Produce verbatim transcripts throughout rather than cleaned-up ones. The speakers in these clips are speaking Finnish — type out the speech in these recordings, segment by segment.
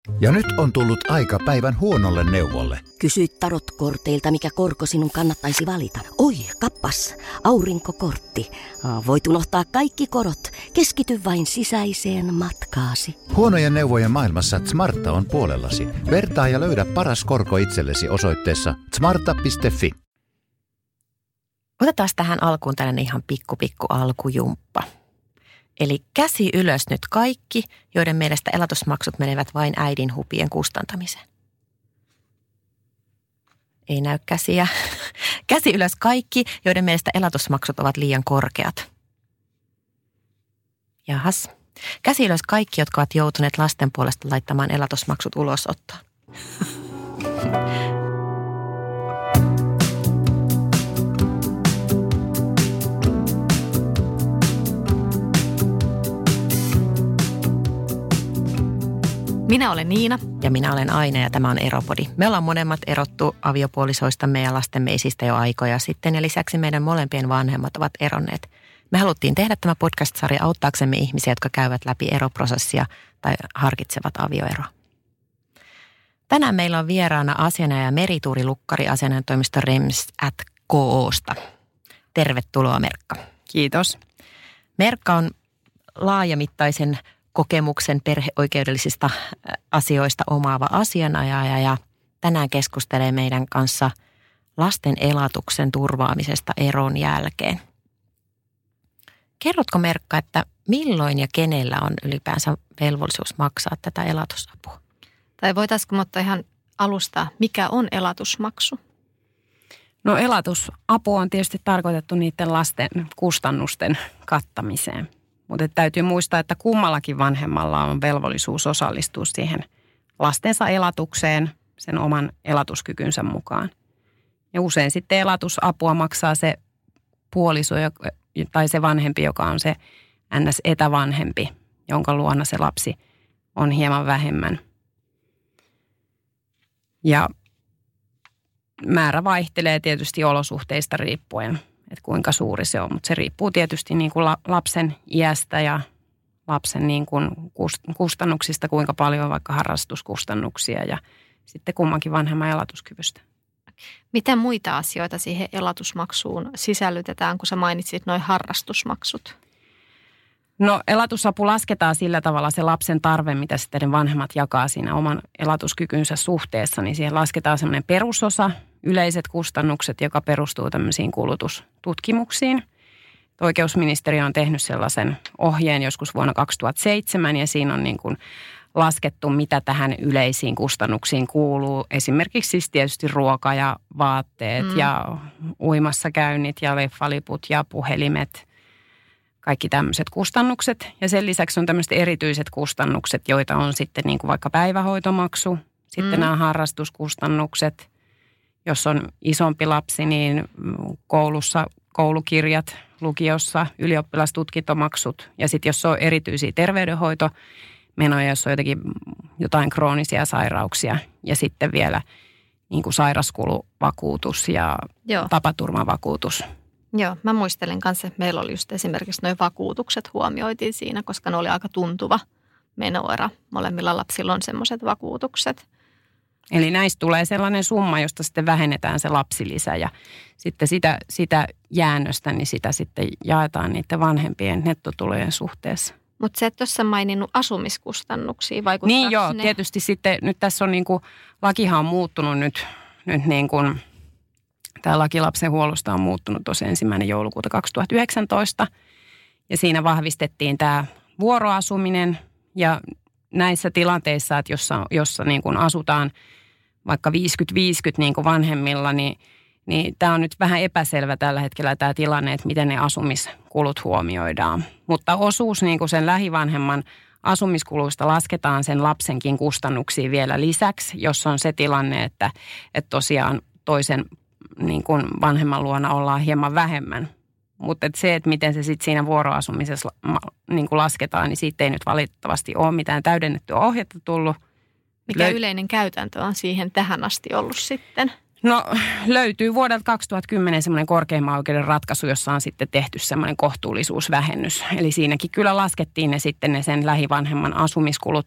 Ja nyt on tullut aika päivän huonolle neuvolle. Kysy tarotkorteilta, mikä korko sinun kannattaisi valita. Oi, kappas, aurinkokortti. Voit unohtaa kaikki korot. Keskity vain sisäiseen matkaasi. Huonojen neuvojen maailmassa Smarta on puolellasi. Vertaa ja löydä paras korko itsellesi osoitteessa smarta piste fi. Otetaan tähän alkuun tällainen ihan pikku pikku alkujumppa. Eli käsi ylös nyt kaikki, joiden mielestä elatusmaksut menevät vain äidin hupien kustantamiseen. Ei näy käsiä. Käsi ylös kaikki, joiden mielestä elatusmaksut ovat liian korkeat. Jahas. Käsi ylös kaikki, jotka ovat joutuneet lasten puolesta laittamaan elatusmaksut ulosottoon. Minä olen Niina. Ja minä olen Aine ja tämä on Eropodi. Me ollaan molemmat erottu aviopuolisoistamme ja lastemme isistä jo aikoja sitten ja lisäksi meidän molempien vanhemmat ovat eronneet. Me haluttiin tehdä tämä podcast-sarja auttaaksemme ihmisiä, jotka käyvät läpi eroprosessia tai harkitsevat avioeroa. Tänään meillä on vieraana asianajaja Merituuri Lukkari asianajantoimisto Rems at Koosta. Tervetuloa Merkka. Kiitos. Merkka on laajamittaisen kokemuksen perheoikeudellisista asioista omaava asianajaja ja tänään keskustelee meidän kanssa lasten elatuksen turvaamisesta eron jälkeen. Kerrotko Merkka, että milloin ja kenellä on ylipäänsä velvollisuus maksaa tätä elatusapua? Tai voitaisiinko mutta ihan alustaa, mikä on elatusmaksu? No elatusapu on tietysti tarkoitettu niiden lasten kustannusten kattamiseen. Mutta täytyy muistaa, että kummallakin vanhemmalla on velvollisuus osallistua siihen lastensa elatukseen sen oman elatuskykynsä mukaan. Ja usein sitten elatusapua maksaa se puoliso tai se vanhempi, joka on se ns. Etävanhempi, jonka luona se lapsi on hieman vähemmän. Ja määrä vaihtelee tietysti olosuhteista riippuen, että kuinka suuri se on, mutta se riippuu tietysti niin kuin lapsen iästä ja lapsen niin kuin kustannuksista, kuinka paljon on vaikka harrastuskustannuksia ja sitten kummankin vanhemman elatuskyvystä. Mitä muita asioita siihen elatusmaksuun sisällytetään, kun sä mainitsit noin harrastusmaksut? No elatusapu lasketaan sillä tavalla se lapsen tarve, mitä sitten vanhemmat jakaa siinä oman elatuskykynsä suhteessa, niin siihen lasketaan semmoinen perusosa, yleiset kustannukset, joka perustuu tämmöisiin kulutustutkimuksiin. Oikeusministeriö on tehnyt sellaisen ohjeen joskus vuonna kaksituhattaseitsemän ja siinä on niin kuin laskettu, mitä tähän yleisiin kustannuksiin kuuluu. Esimerkiksi siis tietysti ruoka ja vaatteet mm. ja uimassa käynnit ja leffaliput ja puhelimet. Kaikki tämmöiset kustannukset. Ja sen lisäksi on tämmöiset erityiset kustannukset, joita on sitten niin kuin vaikka päivähoitomaksu, sitten mm. nämä harrastuskustannukset. Jos on isompi lapsi, niin koulussa koulukirjat, lukiossa ylioppilastutkintomaksut. Ja sitten jos on erityisiä terveydenhoitomenoja, jos on jotenkin jotain kroonisia sairauksia. Ja sitten vielä niin kuin sairaskuluvakuutus ja Joo. tapaturmavakuutus. Joo, mä muistelen kanssa, että meillä oli just esimerkiksi nuo vakuutukset huomioitiin siinä, koska ne oli aika tuntuva menoerä. Molemmilla lapsilla on semmoiset vakuutukset. Eli näistä tulee sellainen summa, josta sitten vähennetään se lapsilisä ja sitten sitä, sitä jäännöstä, niin sitä sitten jaetaan niiden vanhempien nettotulojen suhteessa. Mutta se, että tuossa maininnut asumiskustannuksia, vaikuttaa Niin joo, ne? Tietysti sitten nyt tässä on niin kuin, lakihan on muuttunut nyt, nyt niin kuin, tämä laki lapsen huollosta on muuttunut tuossa ensimmäinen joulukuuta kaksituhattayhdeksäntoista ja siinä vahvistettiin tämä vuoroasuminen ja näissä tilanteissa, että jossa, jossa niin kuin asutaan vaikka viisikymmentä viisikymmentä niin kuin vanhemmilla, niin, niin tämä on nyt vähän epäselvä tällä hetkellä tämä tilanne, että miten ne asumiskulut huomioidaan. Mutta osuus niin kuin sen lähivanhemman asumiskuluista lasketaan sen lapsenkin kustannuksiin vielä lisäksi, jos on se tilanne, että, että tosiaan toisen niin kuin vanhemman luona ollaan hieman vähemmän. Mutta et se, että miten se sitten siinä vuoroasumisessa niin kuin lasketaan, niin siitä ei nyt valitettavasti ole mitään täydennettyä ohjetta tullut. Mikä Löy- yleinen käytäntö on siihen tähän asti ollut sitten? No löytyy vuodelta kaksituhattakymmenen semmoinen korkeimman oikeuden ratkaisu, jossa on sitten tehty semmoinen kohtuullisuusvähennys. Eli siinäkin kyllä laskettiin ne sitten ne sen lähivanhemman asumiskulut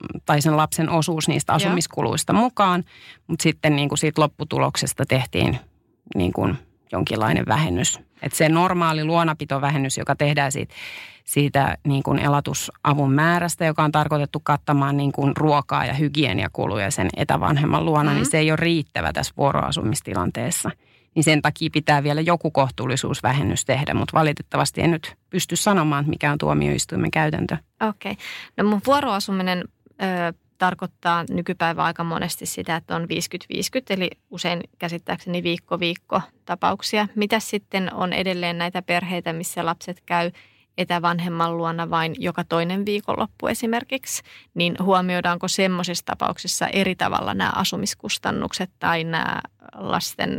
tai sen lapsen osuus niistä asumiskuluista Joo. mukaan, mutta sitten niin kuin siitä lopputuloksesta tehtiin niin kuin jonkinlainen vähennys. Että se normaali luonapitovähennys, joka tehdään siitä, siitä niin kuin elatusavun määrästä, joka on tarkoitettu kattamaan niin kuin ruokaa ja hygieniakuluja sen etävanhemman luona, mm-hmm. niin se ei ole riittävä tässä vuoroasumistilanteessa. Niin sen takia pitää vielä joku kohtuullisuusvähennys tehdä, mutta valitettavasti en nyt pysty sanomaan, mikä on tuomioistuimen käytäntö. Okei. Okay. No mun vuoroasuminen ö, tarkoittaa nykypäivä aika monesti sitä, että on viisikymmentä viisikymmentä, eli usein käsittääkseni viikko-viikko tapauksia. Mitä sitten on edelleen näitä perheitä, missä lapset käy etävanhemman luona vain joka toinen viikonloppu esimerkiksi, niin huomioidaanko semmoisissa tapauksissa eri tavalla nämä asumiskustannukset tai nämä lasten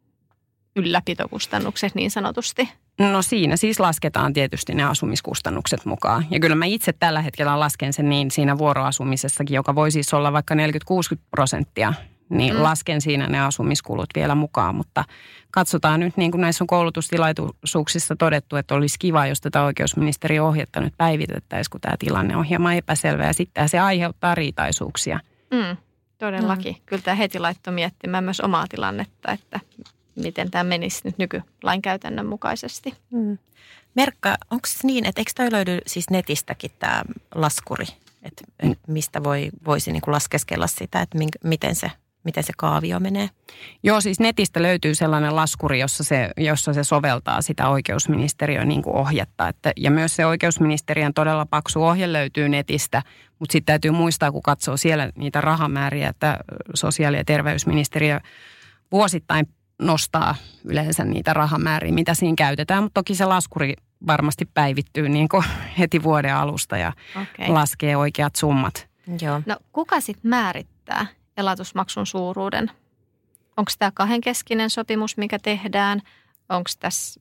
ylläpitokustannukset niin sanotusti? No siinä siis lasketaan tietysti ne asumiskustannukset mukaan. Ja kyllä mä itse tällä hetkellä lasken sen niin siinä vuoroasumisessakin, joka voi siis olla vaikka neljäkymmentä kuusikymmentä prosenttia, niin mm. lasken siinä ne asumiskulut vielä mukaan. Mutta katsotaan nyt, niin kuin näissä on koulutustilaisuuksissa todettu, että olisi kiva, jos tätä oikeusministeriön ohjetta nyt päivitettäisiin, kun tämä tilanne on hieman epäselvä ja sitten se aiheuttaa riitaisuuksia. Mm, todellakin. Mm. Kyllä tämä heti laittoi miettimään myös omaa tilannetta, että miten tämä menisi nyt nykylainkäytännön mukaisesti. Mm. Merkka, onko se niin, että eikö toi löydy siis netistäkin tämä laskuri, että mm. mistä voi, voisi niin kuin laskeskella sitä, että mink, miten, se, miten se kaavio menee? Joo, siis netistä löytyy sellainen laskuri, jossa se, jossa se soveltaa sitä oikeusministeriön niin kuin ohjetta. Että, ja myös se oikeusministeriön todella paksu ohje löytyy netistä, mutta sitten täytyy muistaa, kun katsoo siellä niitä rahamääriä, että sosiaali- ja terveysministeriö vuosittain nostaa yleensä niitä rahamääriä, mitä siinä käytetään, mutta toki se laskuri varmasti päivittyy niin kuin heti vuoden alusta ja okay. laskee oikeat summat. Joo. No kuka sitten määrittää elatusmaksun suuruuden? Onko tämä kahdenkeskinen sopimus, mikä tehdään? Onko tässä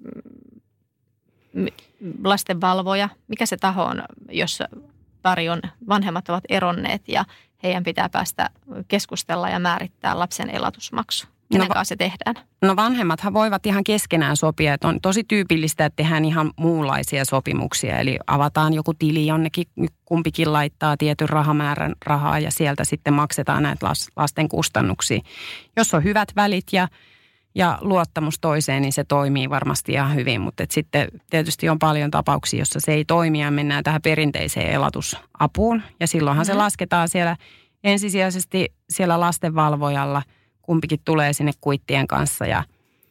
lastenvalvoja? Mikä se taho on, jos pari on, vanhemmat ovat eronneet ja heidän pitää päästä keskustella ja määrittää lapsen elatusmaksu? Kenen kanssa se tehdään? No vanhemmathan voivat ihan keskenään sopia, että on tosi tyypillistä, että tehdään ihan muunlaisia sopimuksia. Eli avataan joku tili jonnekin, kumpikin laittaa tietyn rahamäärän rahaa ja sieltä sitten maksetaan näitä lasten kustannuksia. Jos on hyvät välit ja, ja luottamus toiseen, niin se toimii varmasti ihan hyvin. Mutta sitten tietysti on paljon tapauksia, jossa se ei toimi ja mennään tähän perinteiseen elatusapuun. Ja silloinhan mm-hmm. se lasketaan siellä ensisijaisesti siellä lastenvalvojalla. Kumpikin tulee sinne kuittien kanssa ja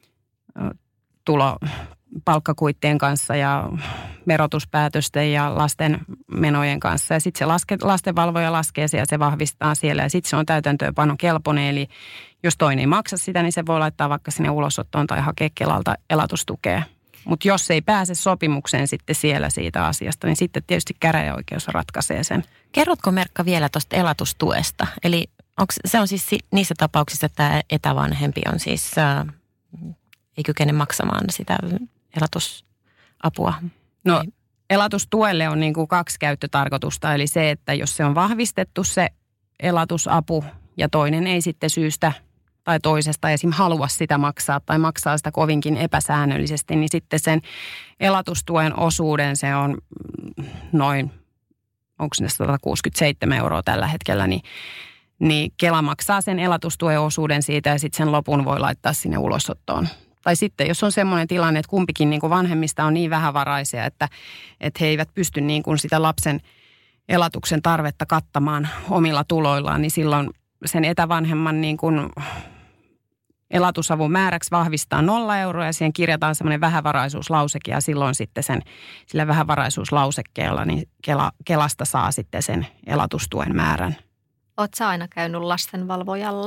tulo palkkakuittien kanssa ja verotuspäätösten ja lasten menojen kanssa. Ja sitten se laske, lastenvalvoja laskee se ja se vahvistaa siellä ja sitten se on täytäntöönpanon kelpoinen. Eli jos toinen ei maksa sitä, niin se voi laittaa vaikka sinne ulosottoon tai hakea Kelalta elatustukea. Mutta jos ei pääse sopimukseen sitten siellä siitä asiasta, niin sitten tietysti käräjäoikeus ratkaisee sen. Kerrotko Merkka vielä tuosta elatustuesta? Eli onko, se on siis niissä tapauksissa, että tämä etävanhempi on siis, ää, ei kykene maksamaan sitä elatusapua? No elatustuelle on niin kuin kaksi käyttötarkoitusta, eli se, että jos se on vahvistettu se elatusapu ja toinen ei sitten syystä tai toisesta esim. Halua sitä maksaa tai maksaa sitä kovinkin epäsäännöllisesti, niin sitten sen elatustuen osuuden se on noin, onko se sata kuusikymmentäseitsemän euroa tällä hetkellä, niin, niin Kela maksaa sen elatustuen osuuden siitä ja sitten sen lopun voi laittaa sinne ulosottoon. Tai sitten, jos on semmoinen tilanne, että kumpikin niin kuin vanhemmista on niin vähävaraisia, että, että he eivät pysty niin kuin sitä lapsen elatuksen tarvetta kattamaan omilla tuloillaan, niin silloin sen etävanhemman niin kuin elatusavun määräksi vahvistaa nolla euroa ja siihen kirjataan semmoinen vähävaraisuuslauseke ja silloin sitten sen, sillä vähävaraisuuslausekkeella niin Kela, Kelasta saa sitten sen elatustuen määrän. Oletko sä aina käynyt lastenvalvojalla?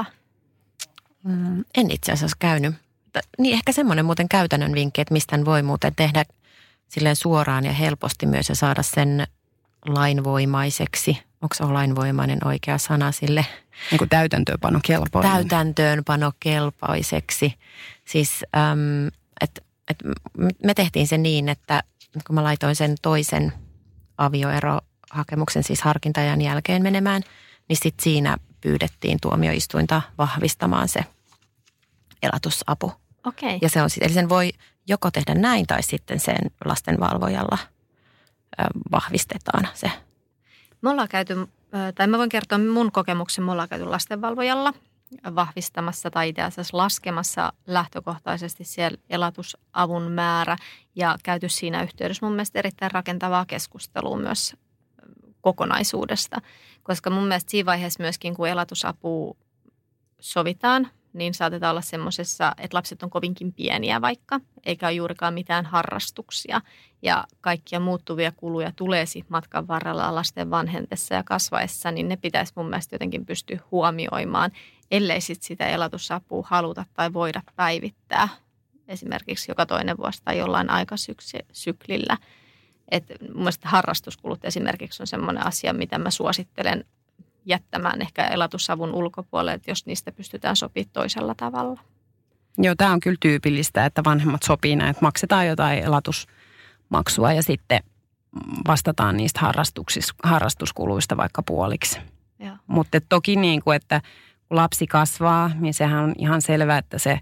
Mm, en itse asiassa käynyt. Niin ehkä semmoinen muuten käytännön vinkki, että mistä voi muuten tehdä silleen suoraan ja helposti myös ja saada sen lainvoimaiseksi. Onko se lainvoimainen oikea sana sille? Niin kuin täytäntöönpanokelpoinen. Täytäntöönpanokelpoiseksi. Siis äm, et, et me tehtiin se niin, että kun mä laitoin sen toisen avioerohakemuksen siis harkintajan jälkeen menemään, niin sitten siinä pyydettiin tuomioistuinta vahvistamaan se elatusapu. Okei. Ja se on sitten, eli sen voi joko tehdä näin tai sitten sen lastenvalvojalla ö, vahvistetaan se. Me ollaan käyty tai mä voin kertoa mun kokemuksen. Me ollaan käyty lastenvalvojalla vahvistamassa tai itse asiassa laskemassa lähtökohtaisesti siellä elatusavun määrä ja käyty siinä yhteydessä mun mielestä erittäin rakentavaa keskustelua myös kokonaisuudesta, koska mun mielestä siinä vaiheessa myöskin, kun elatusapua sovitaan, niin saatetaan olla semmoisessa, että lapset on kovinkin pieniä vaikka, eikä ole juurikaan mitään harrastuksia. Ja kaikkia muuttuvia kuluja tulee sitten matkan varrella lasten vanhentessa ja kasvaessa, niin ne pitäisi mun mielestä jotenkin pystyä huomioimaan, ellei sit sitä elatusapua haluta tai voida päivittää esimerkiksi joka toinen vuosi tai jollain aikasyklillä. Että mun mielestä harrastuskulut esimerkiksi on semmoinen asia, mitä mä suosittelen jättämään ehkä elatusavun ulkopuolelle, että jos niistä pystytään sopimaan toisella tavalla. Joo, tämä on kyllä tyypillistä, että vanhemmat sopii näin, että maksetaan jotain elatusmaksua ja sitten vastataan niistä harrastuskuluista vaikka puoliksi. Mutta toki niin kuin, että kun lapsi kasvaa, niin sehän on ihan selvää, että se,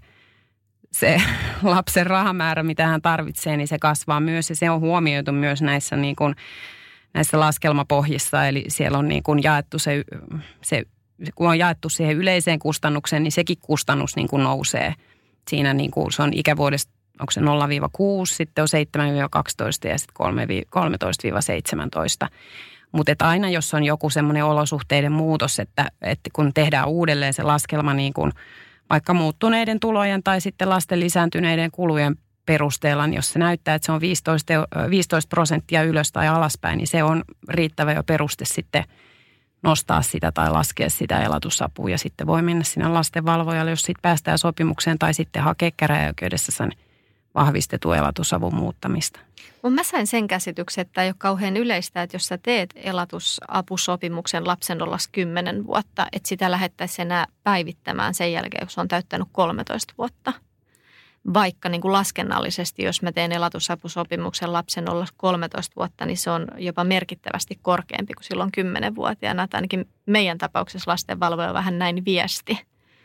se lapsen rahamäärä, mitä hän tarvitsee, niin se kasvaa myös ja se on huomioitu myös näissä niin kuin näissä laskelmapohjissa, eli siellä on niin kuin jaettu se, se, kun on jaettu siihen yleiseen kustannukseen, niin sekin kustannus niin kuin nousee. Siinä niin kuin se on ikävuodesta, onko se nolla kuusi, sitten on seitsemän kaksitoista ja sitten kolmetoista seitsemäntoista. Mutta aina jos on joku semmoinen olosuhteiden muutos, että, että kun tehdään uudelleen se laskelma niin kuin vaikka muuttuneiden tulojen tai sitten lasten lisääntyneiden kulujen perusteella, niin jos se näyttää, että se on viisitoista prosenttia ylös tai alaspäin, niin se on riittävä jo peruste sitten nostaa sitä tai laskea sitä elatusapua. Ja sitten voi mennä sinne lastenvalvojalle, jos sitten päästään sopimukseen tai sitten hakea käräjäoikeudessa sen vahvistetun elatusavun muuttamista. Mä sain sen käsityksen, että ei ole kauhean yleistä, että jos sä teet elatusapusopimuksen lapsen ollas kymmenen vuotta, että sitä lähdettäisiin enää päivittämään sen jälkeen, kun se on täyttänyt kolmetoista vuotta. Vaikka niin kuin laskennallisesti, jos mä teen elatusapusopimuksen lapsen olla kolmetoista vuotta, niin se on jopa merkittävästi korkeampi kuin silloin kymmenvuotiaana. Tai ainakin meidän tapauksessa lastenvalvoja vähän näin viesti.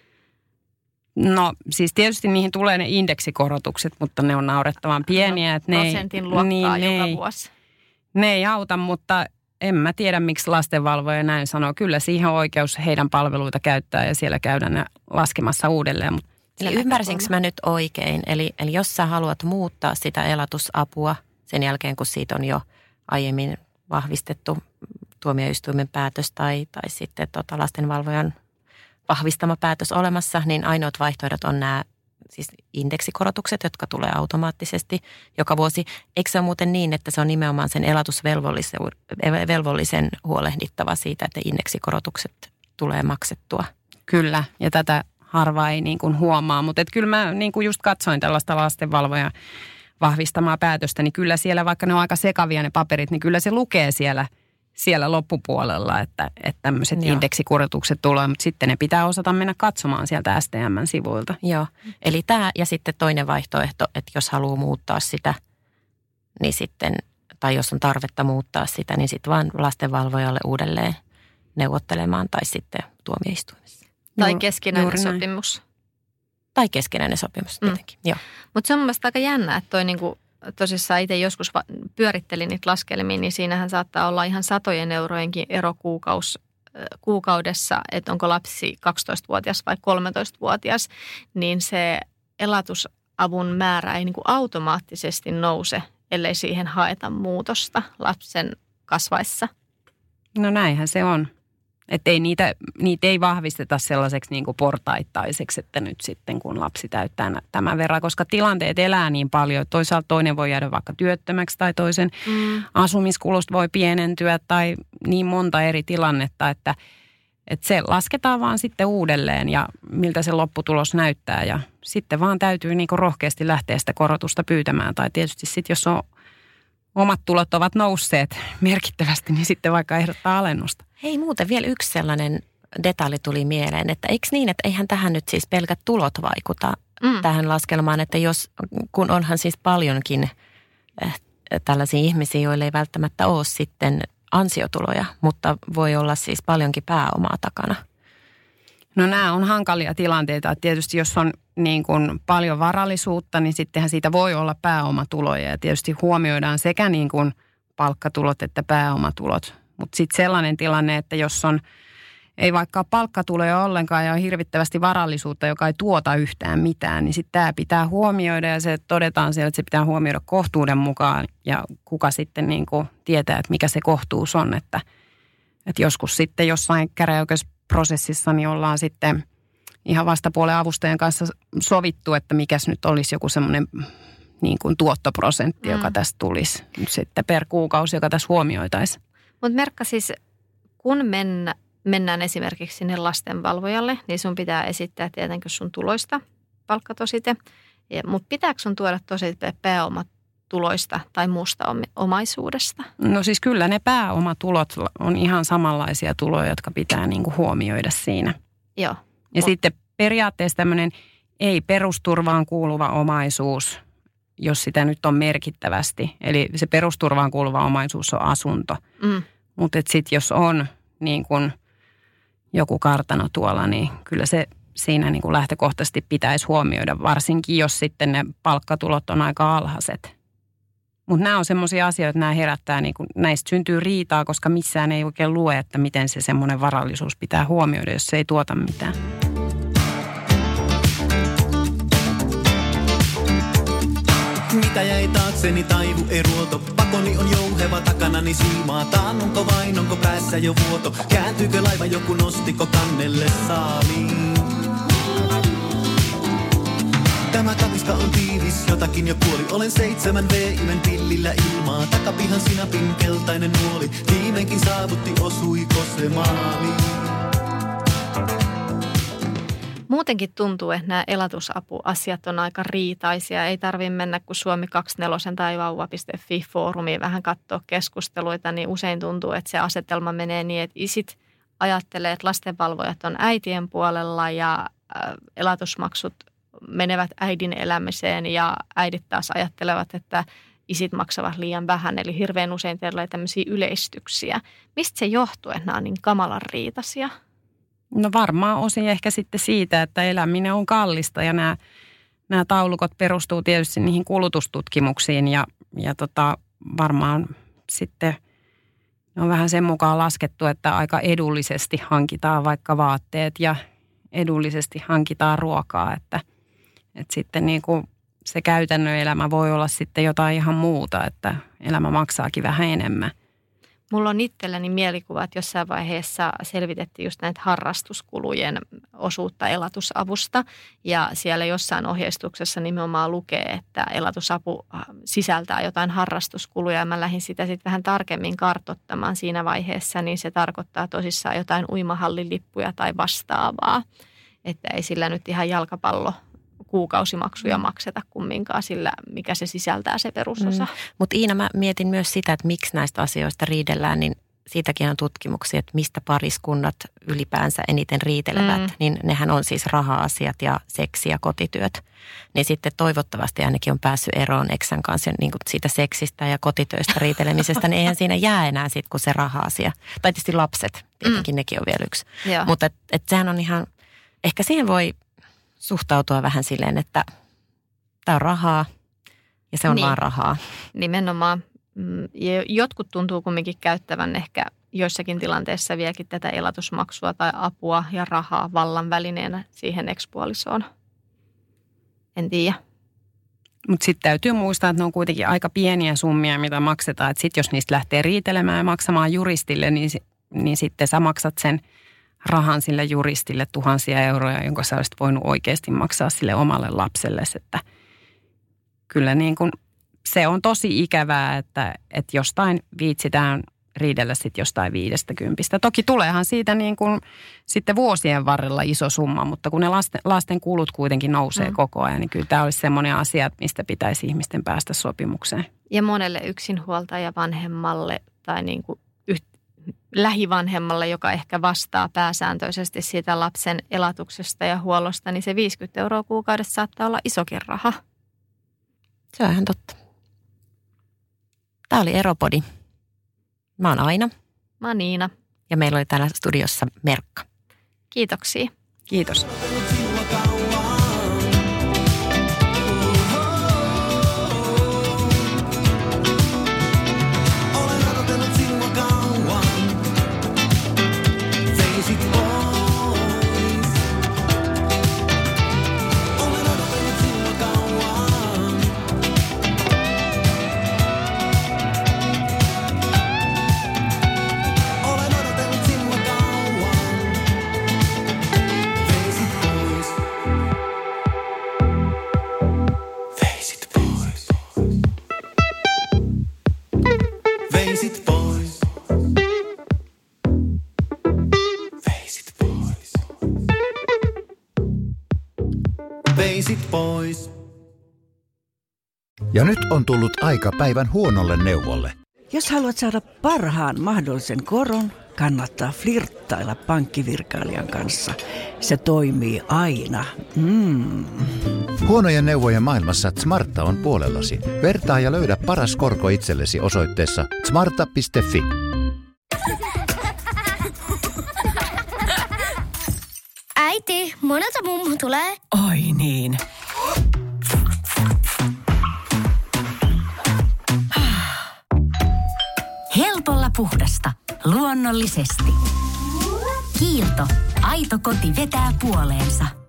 No siis tietysti niihin tulee ne indeksikorotukset, mutta ne on naurettavan pieniä. No, että ne prosentin luokkaa niin, joka ne vuosi. Ne ei auta, mutta en mä tiedä, miksi lastenvalvoja näin sanoo. Kyllä siihen on oikeus heidän palveluita käyttää ja siellä käydään ne laskemassa uudelleen, mutta eli ymmärsinkö mä nyt oikein? Eli, eli jos sä haluat muuttaa sitä elatusapua sen jälkeen, kun siitä on jo aiemmin vahvistettu tuomioistuimen päätös tai, tai sitten tota lastenvalvojan vahvistama päätös olemassa, niin ainoat vaihtoehdot on nämä siis indeksikorotukset, jotka tulee automaattisesti joka vuosi. Eikö se ole muuten niin, että se on nimenomaan sen elatusvelvollisen huolehdittava siitä, että indeksikorotukset tulee maksettua? Kyllä, ja tätä harva ei niin kuin huomaa, mutta kyllä mä niin kuin just katsoin tällaista lastenvalvojan vahvistamaa päätöstä, niin kyllä siellä, vaikka ne on aika sekavia ne paperit, niin kyllä se lukee siellä, siellä loppupuolella, että, että tämmöiset Joo. indeksikorotukset tulee, mutta sitten ne pitää osata mennä katsomaan sieltä S T M:n sivuilta. Joo, eli tämä ja sitten toinen vaihtoehto, että jos haluaa muuttaa sitä, niin sitten, tai jos on tarvetta muuttaa sitä, niin sitten vaan lastenvalvojalle uudelleen neuvottelemaan tai sitten tuomioistuimessa. Tai keskinäinen sopimus. Tai keskinäinen sopimus tietenkin, mm. joo. Mutta se on mun mielestä aika jännä, että toi niinku, tosissaan itse joskus pyörittelin niitä laskelmia, niin siinähän saattaa olla ihan satojen eurojenkin ero kuukaus, kuukaudessa, että onko lapsi kaksitoistavuotias vai kolmetoistavuotias, niin se elatusavun määrä ei niinku automaattisesti nouse, ellei siihen haeta muutosta lapsen kasvaessa. No näinhän se on. Että ei niitä, niitä ei vahvisteta sellaiseksi niin kuin portaittaiseksi, että nyt sitten kun lapsi täyttää tämän verran, koska tilanteet elää niin paljon. Toisaalta toinen voi jäädä vaikka työttömäksi tai toisen mm. asumiskulusta voi pienentyä tai niin monta eri tilannetta, että, että se lasketaan vaan sitten uudelleen ja miltä se lopputulos näyttää. Ja sitten vaan täytyy niin kuin rohkeasti lähteä sitä korotusta pyytämään tai tietysti sitten jos on omat tulot ovat nousseet merkittävästi, niin sitten vaikka ehdottaa alennusta. Hei muuten vielä yksi sellainen detalji tuli mieleen, että eikö niin, että eihän tähän nyt siis pelkät tulot vaikuta mm. tähän laskelmaan, että jos, kun onhan siis paljonkin äh, tällaisia ihmisiä, joille ei välttämättä ole sitten ansiotuloja, mutta voi olla siis paljonkin pääomaa takana. No nämä on hankalia tilanteita. Tietysti jos on niin kuin paljon varallisuutta, niin sittenhän siitä voi olla pääomatuloja. Ja tietysti huomioidaan sekä niin kuin palkkatulot että pääomatulot. Mutta sitten sellainen tilanne, että jos on, ei vaikka palkkatuloja ollenkaan ja on hirvittävästi varallisuutta, joka ei tuota yhtään mitään, niin sitten tämä pitää huomioida ja se todetaan siellä, että se pitää huomioida kohtuuden mukaan ja kuka sitten niin kuin tietää, että mikä se kohtuus on. Että, että joskus sitten jossain käräjäoikeusprosessissa niin ollaan sitten ihan vastapuolen avustajan kanssa sovittu, että mikäs nyt olisi joku semmoinen niin kuin tuottoprosentti, mm. joka tästä tulisi nyt sitten per kuukausi, joka tässä huomioitaisiin. Mutta Merkka, siis kun mennä, mennään esimerkiksi sinne lastenvalvojalle, niin sun pitää esittää tietenkin sun tuloista palkkatosite. Mutta pitääkö sun tuoda tosite pääomatuloista tai muusta omaisuudesta? No siis kyllä ne pääomatulot on ihan samanlaisia tuloja, jotka pitää niinku huomioida siinä. Joo. Ja Mut. sitten periaatteessa tämmöinen ei perusturvaan kuuluva omaisuus, jos sitä nyt on merkittävästi. Eli se perusturvaan kuuluva omaisuus on asunto. Mm. Mutta sitten jos on niin kun joku kartano tuolla, niin kyllä se siinä niin kun lähtökohtaisesti pitäisi huomioida, varsinkin jos sitten ne palkkatulot on aika alhaiset. Mutta nämä on semmoisia asioita, että nämä herättää, niin kun, näistä syntyy riitaa, koska missään ei oikein lue, että miten se semmoinen varallisuus pitää huomioida, jos se ei tuota mitään. Mitä jäi taakseni taivu ei ruoto, pakoni on jouheva takanani siimaa. Taannunko vain, onko päässä jo vuoto, kääntyykö laiva joku nostiko kannelle saaliin. Tämä katiska on tiivis, jotakin jo kuoli, olen seitsemän V-imen pillillä ilmaa. Takapihan sinapin keltainen nuoli, viimeinkin saavutti, osuiko se maaliin. Muutenkin tuntuu, että nämä elatusapuasiat on aika riitaisia. Ei tarvitse mennä kuin Suomi kaksikymmentäneljä tai vauva piste fi-foorumiin vähän katsoa keskusteluita, niin usein tuntuu, että se asetelma menee niin, että isit ajattelee, että lastenvalvojat on äitien puolella ja elatusmaksut menevät äidin elämiseen ja äidit taas ajattelevat, että isit maksavat liian vähän. Eli hirveän usein teillä on tämmöisiä yleistyksiä. Mistä se johtuu, että nämä on niin kamalan riitaisia? No varmaan osin ehkä sitten siitä, että eläminen on kallista ja nämä, nämä taulukot perustuu tietysti niihin kulutustutkimuksiin ja, ja tota, varmaan sitten on vähän sen mukaan laskettu, että aika edullisesti hankitaan vaikka vaatteet ja edullisesti hankitaan ruokaa, että, että sitten niin kuin se käytännön elämä voi olla sitten jotain ihan muuta, että elämä maksaakin vähän enemmän. Mulla on itselläni mielikuva, että jossain vaiheessa selvitettiin just näitä harrastuskulujen osuutta elatusavusta. Ja siellä jossain ohjeistuksessa nimenomaan lukee, että elatusapu sisältää jotain harrastuskuluja. Ja mä lähdin sitä sitten vähän tarkemmin kartoittamaan siinä vaiheessa, niin se tarkoittaa tosissaan jotain uimahallilippuja tai vastaavaa. Että ei sillä nyt ihan jalkapallo kuukausimaksuja makseta kumminkaan sillä, mikä se sisältää se perusosa. Mm. Mutta Iina, mä mietin myös sitä, että miksi näistä asioista riidellään, niin siitäkin on tutkimuksia, että mistä pariskunnat ylipäänsä eniten riitelevät. Mm. Niin nehän on siis raha-asiat ja seksi ja kotityöt. Niin sitten toivottavasti ainakin on päässyt eroon eksän kanssa niin kuin siitä seksistä ja kotitöistä riitelemisestä, niin eihän siinä jää enää sitten kuin se raha-asia. Tai tietysti lapset, tietenkin mm. nekin on vielä yksi. Joo. Mutta et, et sehän on ihan, ehkä siihen voi suhtautua vähän silleen, että tämä on rahaa ja se on niin. vaan rahaa. Nimenomaan. Jotkut tuntuu kumminkin käyttävän ehkä joissakin tilanteissa vieläkin tätä elatusmaksua tai apua ja rahaa vallan välineenä siihen ekspuolisoon. En tiedä. Mutta sitten täytyy muistaa, että ne on kuitenkin aika pieniä summia, mitä maksetaan. Että sitten jos niistä lähtee riitelemään ja maksamaan juristille, niin, niin sitten sä maksat sen rahan sille juristille tuhansia euroja, jonka sä olisit voinut oikeasti maksaa sille omalle lapselle. Että kyllä niin kuin se on tosi ikävää, että, että jostain viitsitään riidellä sitten jostain viidestä kympistä. Toki tuleehan siitä niin kuin sitten vuosien varrella iso summa, mutta kun ne lasten, lasten kulut kuitenkin nousee mm. koko ajan, niin kyllä tämä olisi semmoinen asia, mistä pitäisi ihmisten päästä sopimukseen. Ja monelle yksinhuoltaja vanhemmalle tai niin kuin lähivanhemmalle, joka ehkä vastaa pääsääntöisesti siitä lapsen elatuksesta ja huollosta, niin se viisikymmentä euroa kuukaudessa saattaa olla isokin raha. Se on ihan totta. Tämä oli Eropodi. Mä oon Aina. Mä oon Niina. Ja meillä oli täällä studiossa Merkka. Kiitoksia. Kiitos. Olen odotellut sinua kauan. veisit pois. Ja nyt on tullut aika päivän huonolle neuvolle. Jos haluat saada parhaan mahdollisen koron, kannattaa flirttailla pankkivirkailijan kanssa. Se toimii aina. Mm. Huonojen neuvojen maailmassa Smarta on puolellasi. Vertaa ja löydä paras korko itsellesi osoitteessa smarta piste fi. Äiti, monelta mummu tulee? Oi niin. Helpolla puhdasta. Luonnollisesti. Kiilto. Aito koti vetää puoleensa.